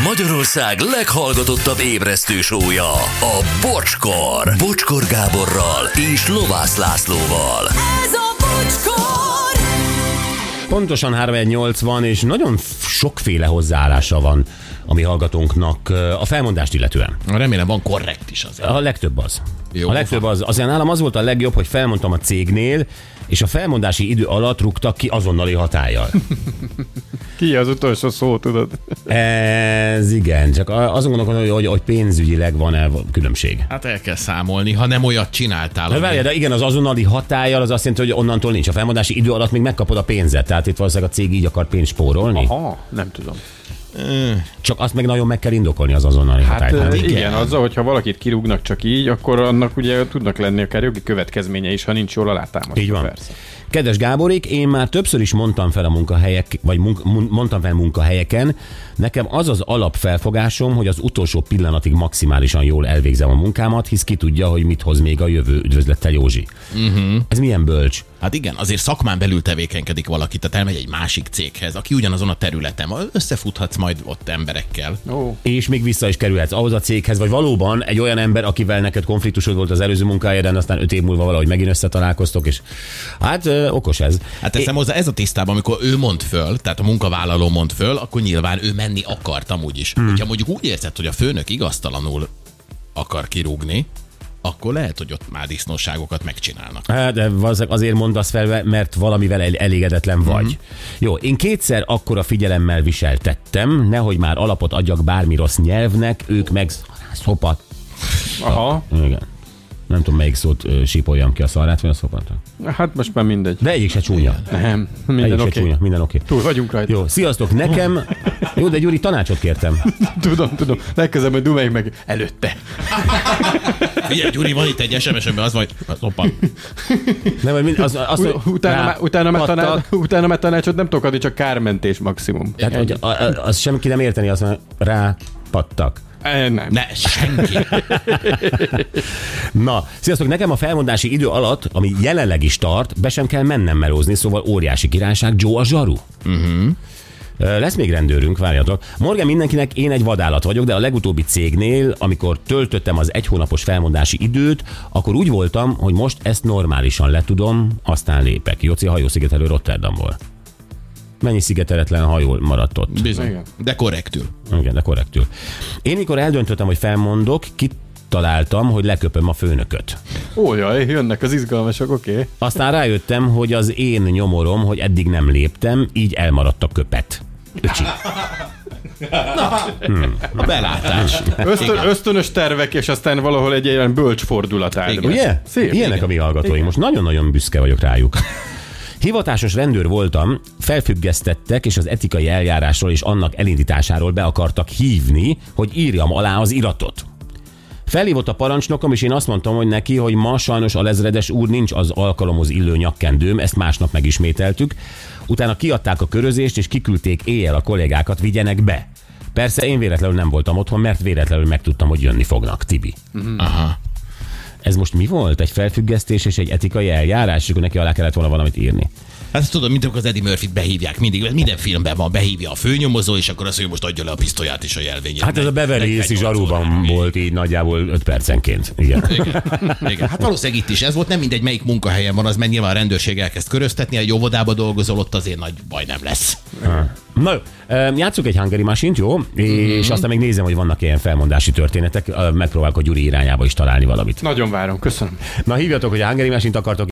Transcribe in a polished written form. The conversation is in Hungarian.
Magyarország leghallgatottabb ébresztő show-ja, a Bocskor. Bocskor Gáborral és Lovász Lászlóval. Ez a Bocskor! Pontosan 3:80, és nagyon sokféle hozzáállása van a mi hallgatónknak a felmondást illetően. Remélem van korrekt is az. A legtöbb az. Jó, a legtöbb az. Azért nálam az volt a legjobb, hogy felmondtam a cégnél, és a felmondási idő alatt rúgtak ki azonnali hatállyal. Ki az utolsó szó, tudod? Ez igen, csak azon gondolkodom, hogy pénzügyileg van-e különbség. Hát el kell számolni, ha nem olyat csináltál. De várjál, de igen, az azonnali hatállyal az azt jelenti, hogy onnantól nincs. A felmondási idő alatt még megkapod a pénzet, tehát itt valószínűleg a cég így akar pénzt spórolni. Aha, nem tudom. Csak azt meg nagyon meg kell indokolni az azonnali hatályt. Hát igen, azzal, hogyha valakit kirúgnak csak így, akkor annak ugye tudnak lenni akár jogi következménye is, ha nincs jól alátámasztva. Így van. Persze. Kedves Gáborék, én már többször is mondtam fel a munkahelyek, vagy mondtam fel munkahelyeken, nekem az az alapfelfogásom, hogy az utolsó pillanatig maximálisan jól elvégzem a munkámat, hisz ki tudja, hogy mit hoz még a jövő. Üdvözlettel, Józsi. Ez milyen bölcs. Hát igen, azért szakmán belül tevékenykedik valaki, tehát elmegy egy másik céghez, aki ugyanazon a területen, összefuthatsz majd ott emberekkel. És még vissza is kerülhetsz ahhoz a céghez, vagy valóban egy olyan ember, akivel neked konfliktusod volt az előző munkahelyeden, aztán 5 év múlva valahogy megint összetalálkoztok, és hát okos ez. Hát teszem hozzá, ez a tisztában, amikor ő mond föl, tehát a munkavállaló mond föl, akkor nyilván ő menni akart amúgy is. Hogyha mondjuk úgy érzed, hogy a főnök igaztalanul akar kirúgni, akkor lehet, hogy ott már disznóságokat megcsinálnak. De azért mondasz fel, mert valamivel elégedetlen vagy. Jó, én kétszer akkora figyelemmel viseltettem, nehogy már alapot adjak bármi rossz nyelvnek, ők meg szopat. Aha. Igen. Nem tudom, melyik szót sípoljam ki, a szarát vagy a szopat. Hát most már mindegy. De egyik se csúnya. Nem, minden oké. Minden oké. Túl vagyunk rajta. Jó, sziasztok, nekem... Jó, de Gyuri, tanácsot kértem. Tudom. Legközelebb majd dumáljuk meg előtte. Figyelj, Gyuri, van itt egy SMS-ben, az majd... Hoppá. Nem, Utána már tanácsot nem tudok adni, csak kármentés maximum. Tehát, hogy azt senki nem érteni, azt mondja, rápattak. Nem. Ne, senki. Na, sziasztok, nekem a felmondási idő alatt, ami jelenleg is tart, be sem kell mennem melózni, szóval óriási királyság, Joe a zsaru. Lesz még rendőrünk, várjatok. Morgan, mindenkinek, én egy vadállat vagyok, de a legutóbbi cégnél, amikor töltöttem az 1 hónapos felmondási időt, akkor úgy voltam, hogy most ezt normálisan letudom, aztán lépek. Jóci hajószigetelő Rotterdamból. Mennyi szigeteletlen hajó maradt ott? Bizony. Igen. De korrektül. Igen, de korrektül. Én mikor eldöntöttem, hogy felmondok, kitaláltam, hogy leköpöm a főnököt. Jaj, jönnek az izgalmasok, oké. Aztán rájöttem, hogy az én nyomorom, hogy eddig nem léptem, így elmaradt a köpet. Öcsi. A belátás. Ösztönös tervek, és aztán valahol egy ilyen bölcs fordulat áll. Ugye? Szép. Ilyenek a mi hallgatóink. Most nagyon-nagyon büszke vagyok rájuk. Hivatásos rendőr voltam, felfüggesztettek, és az etikai eljárásról és annak elindításáról be akartak hívni, hogy írjam alá az iratot. Felhívott a parancsnokom, és én azt mondtam, hogy neki, hogy ma sajnos a lezredes úr nincs az alkalomhoz illő nyakkendőm, ezt másnap megismételtük. Utána kiadták a körözést, és kiküldték éjjel a kollégákat, vigyenek be. Persze én véletlenül nem voltam otthon, mert véletlenül megtudtam, hogy jönni fognak. Tibi. Aha. Ez most mi volt? Egy felfüggesztés és egy etikai eljárás, és akkor neki alá kellett volna valamit írni. Hát ezt tudod, mint amikor az Eddie Murphyt behívják mindig, minden filmben van, behívja a főnyomozó, és akkor azt mondja, most adja le a pisztolyát és a jelvényét. Hát ez a Beverly Hills zsaruban volt így nagyjából 5 percenként. Igen. Igen. Hát valószínűleg itt is ez volt, nem mindegy, melyik munkahelyen van, az, mert nyilván a rendőrség elkezd köröztetni, egy óvodába dolgozol, ott azért nagy baj nem lesz. Na jó, játsszuk egy Hungary Machine-t, jó? És aztán még nézem, hogy vannak ilyen felmondási történetek, megpróbálok a Gyuri irányába is találni valamit. Nagyon várom, köszönöm. Na hívjatok, hogy a Hungary Machine-t akartok.